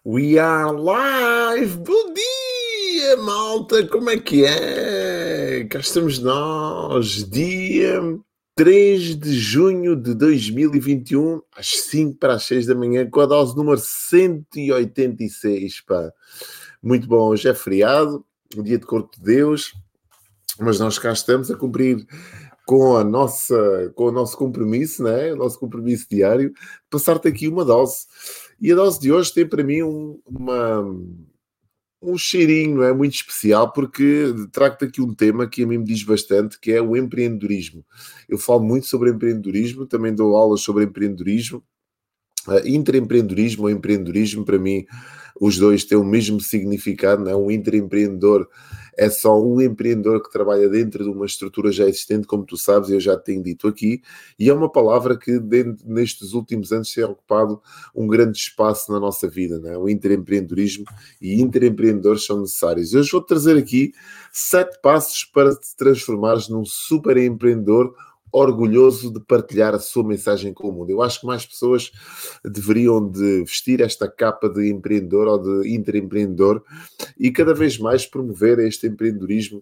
We are live! Bom dia, malta! Como é que é? Cá estamos nós, dia 3 de junho de 2021, às 5 para as 6 da manhã, com a dose número 186, pá. Muito bom, hoje é feriado, o dia de Corpo de Deus, mas nós cá estamos a cumprir com o nosso compromisso, né? O nosso compromisso diário, passar-te aqui uma dose. E a dose de hoje tem para mim um cheirinho, não é? Muito especial, porque trago-te aqui um tema que a mim me diz bastante, que é o empreendedorismo. Eu falo muito sobre empreendedorismo, também dou aulas sobre empreendedorismo. Intraempreendedorismo ou empreendedorismo, para mim, os dois têm o mesmo significado, não é? Um intraempreendedor é só um empreendedor que trabalha dentro de uma estrutura já existente, como tu sabes, eu já te tenho dito aqui, e é uma palavra que nestes últimos anos tem ocupado um grande espaço na nossa vida, não é? O intraempreendedorismo e intraempreendedores são necessários. Hoje vou-te trazer aqui 7 passos para te transformares num super empreendedor orgulhoso de partilhar a sua mensagem com o mundo. Eu acho que mais pessoas deveriam de vestir esta capa de empreendedor ou de intraempreendedor e cada vez mais promover este empreendedorismo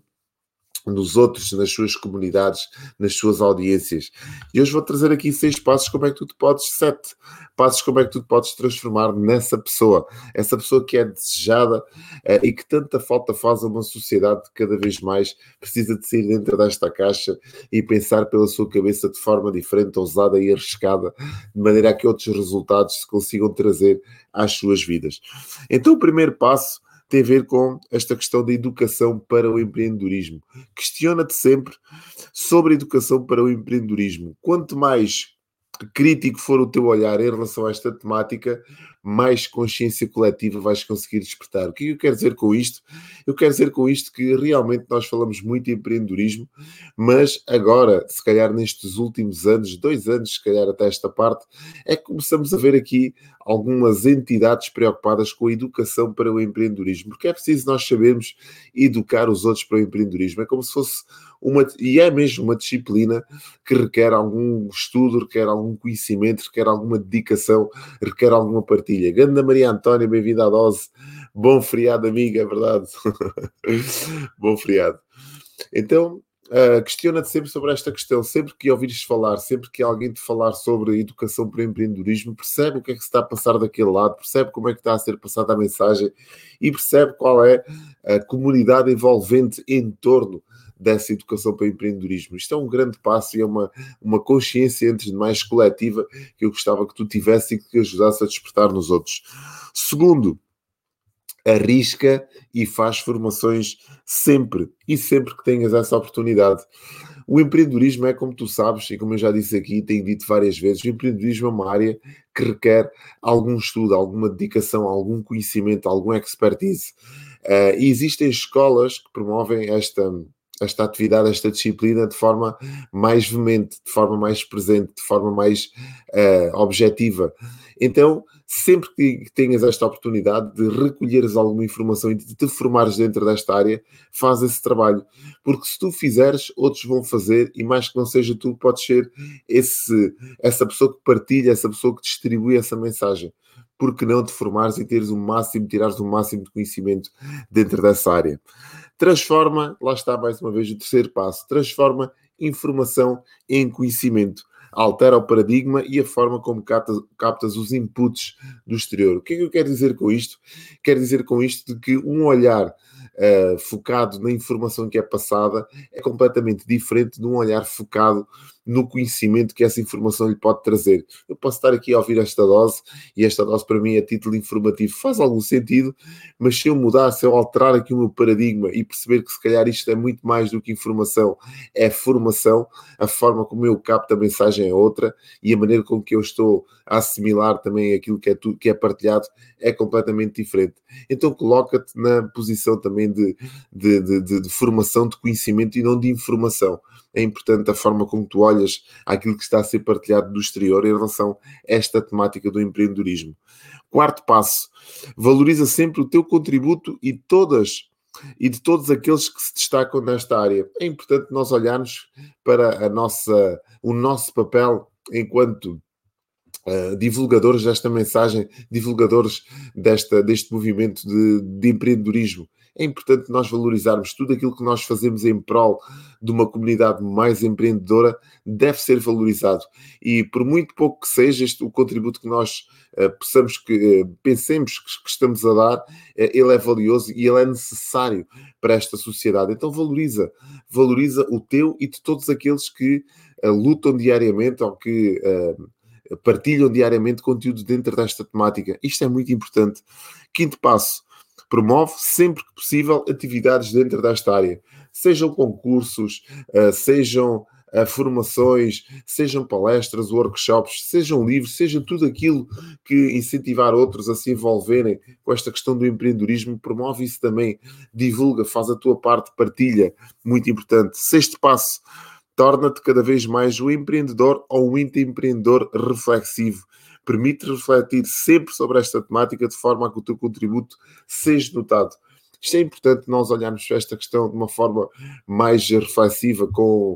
nos outros, nas suas comunidades, nas suas audiências. E hoje vou trazer aqui 6 passos como é que tu te podes, 7 passos como é que tu te podes transformar nessa pessoa. Essa pessoa que é desejada e que tanta falta faz a uma sociedade que cada vez mais precisa de sair dentro desta caixa e pensar pela sua cabeça de forma diferente, ousada e arriscada, de maneira a que outros resultados se consigam trazer às suas vidas. Então o primeiro passo tem a ver com esta questão da educação para o empreendedorismo. Questiona-te sempre sobre a educação para o empreendedorismo. Quanto mais crítico for o teu olhar em relação a esta temática, mais consciência coletiva vais conseguir despertar. O que eu quero dizer com isto? Eu quero dizer com isto que realmente nós falamos muito em empreendedorismo, mas agora, se calhar nestes últimos anos, 2 anos, se calhar até esta parte, é que começamos a ver aqui algumas entidades preocupadas com a educação para o empreendedorismo, porque é preciso nós sabermos educar os outros para o empreendedorismo. É como se fosse e é mesmo uma disciplina que requer algum estudo, requer algum conhecimento, requer alguma dedicação, requer alguma partilha. Ganda Maria Antónia, bem-vinda à dose. Bom feriado, amiga, é verdade. Bom feriado. Então, questiona-te sempre sobre esta questão. Sempre que ouvires falar, sempre que alguém te falar sobre educação para empreendedorismo, percebe o que é que se está a passar daquele lado, percebe como é que está a ser passada a mensagem e percebe qual é a comunidade envolvente em torno dessa educação para empreendedorismo. Isto é um grande passo e é uma consciência, antes de mais, coletiva que eu gostava que tu tivesse e que te ajudasse a despertar nos outros. Segundo, arrisca e faz formações sempre e sempre que tenhas essa oportunidade. O empreendedorismo é, como tu sabes, e como eu já disse aqui, tenho dito várias vezes, o empreendedorismo é uma área que requer algum estudo, alguma dedicação, algum conhecimento, alguma expertise. E existem escolas que promovem esta atividade, esta disciplina de forma mais veemente, de forma mais presente, de forma mais objetiva. Então, sempre que tenhas esta oportunidade de recolheres alguma informação e de te formares dentro desta área, faz esse trabalho. Porque se tu fizeres, outros vão fazer e mais que não seja tu, podes ser essa pessoa que partilha, essa pessoa que distribui essa mensagem. Por que não te formares e tirares o máximo de conhecimento dentro dessa área? Transforma, lá está mais uma vez o terceiro passo, transforma informação em conhecimento. Altera o paradigma e a forma como captas os inputs do exterior. O que é que eu quero dizer com isto? Quero dizer com isto de que um olhar focado na informação que é passada é completamente diferente de um olhar focado no conhecimento que essa informação lhe pode trazer. Eu posso estar aqui a ouvir esta dose e esta dose para mim é título informativo, faz algum sentido, mas se eu mudar, se eu alterar aqui o meu paradigma e perceber que se calhar isto é muito mais do que informação, é formação, a forma como eu capto a mensagem é outra e a maneira com que eu estou a assimilar também aquilo que é partilhado é completamente diferente. Então coloca-te na posição também de formação, de conhecimento e não de informação. É importante a forma como tu olhas àquilo que está a ser partilhado do exterior em relação a esta temática do empreendedorismo. Quarto passo, valoriza sempre o teu contributo e de todos aqueles que se destacam nesta área. É importante nós olharmos para o nosso papel enquanto divulgadores desta mensagem, divulgadores deste movimento de empreendedorismo. É importante nós valorizarmos tudo aquilo que nós fazemos em prol de uma comunidade mais empreendedora, deve ser valorizado. E por muito pouco que seja o contributo que nós pensemos que estamos a dar, ele é valioso e ele é necessário para esta sociedade. Então valoriza o teu e de todos aqueles que lutam diariamente ou que partilham diariamente conteúdo dentro desta temática. Isto é muito importante. Quinto passo, promove sempre que possível atividades dentro desta área. Sejam concursos, sejam formações, sejam palestras, workshops, sejam livros, seja tudo aquilo que incentivar outros a se envolverem com esta questão do empreendedorismo, promove isso também, divulga, faz a tua parte, partilha, muito importante. Sexto passo, torna-te cada vez mais um empreendedor ou um intraempreendedor reflexivo. Permite refletir sempre sobre esta temática de forma a que o teu contributo seja notado. Isto é importante nós olharmos para esta questão de uma forma mais reflexiva, com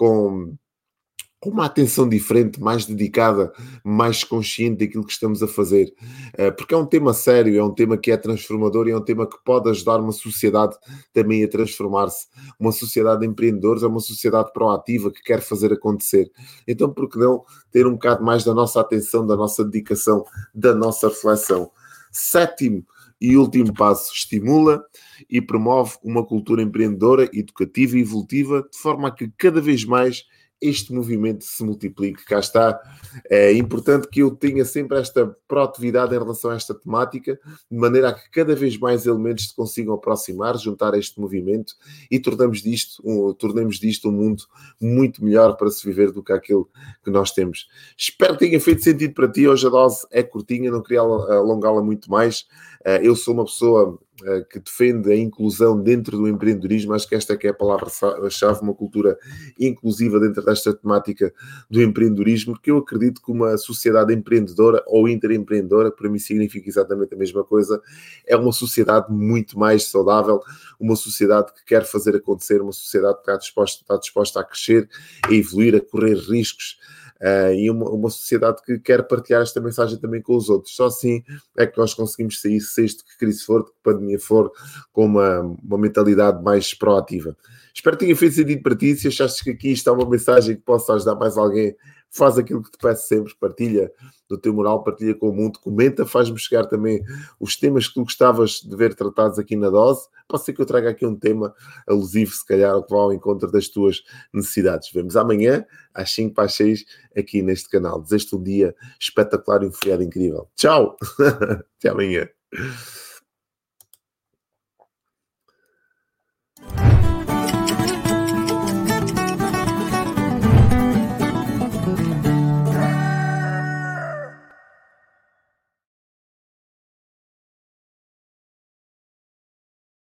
uma atenção diferente, mais dedicada, mais consciente daquilo que estamos a fazer. Porque é um tema sério, é um tema que é transformador e é um tema que pode ajudar uma sociedade também a transformar-se. Uma sociedade de empreendedores é uma sociedade proativa que quer fazer acontecer. Então, por que não ter um bocado mais da nossa atenção, da nossa dedicação, da nossa reflexão? Sétimo e último passo, estimula e promove uma cultura empreendedora, educativa e evolutiva, de forma a que cada vez mais este movimento se multiplique. Cá está. É importante que eu tenha sempre esta proatividade em relação a esta temática, de maneira a que cada vez mais elementos se consigam aproximar, juntar a este movimento e tornemos disto um mundo muito melhor para se viver do que aquele que nós temos. Espero que tenha feito sentido para ti. Hoje a dose é curtinha, não queria alongá-la muito mais. Eu sou uma pessoa que defende a inclusão dentro do empreendedorismo. Acho que esta é que é a palavra-chave, uma cultura inclusiva dentro desta temática do empreendedorismo, porque eu acredito que uma sociedade empreendedora ou interempreendedora, para mim significa exatamente a mesma coisa, é uma sociedade muito mais saudável, uma sociedade que quer fazer acontecer, uma sociedade que está disposta a crescer, a evoluir, a correr riscos, e uma sociedade que quer partilhar esta mensagem também com os outros. Só assim é que nós conseguimos sair, seja de que crise for, de que pandemia for, com uma mentalidade mais proativa. Espero que tenha feito sentido para ti. Se achaste que aqui está uma mensagem que possa ajudar mais alguém, faz aquilo que te peço sempre, partilha do teu moral, partilha com o mundo, comenta, faz-me chegar também os temas que tu gostavas de ver tratados aqui na dose. Pode ser que eu traga aqui um tema alusivo, se calhar, ou que vá ao encontro das tuas necessidades. Vemos amanhã, às 5 para as 6, aqui neste canal. Desejo-te um dia espetacular e um feriado incrível. Tchau! Até amanhã.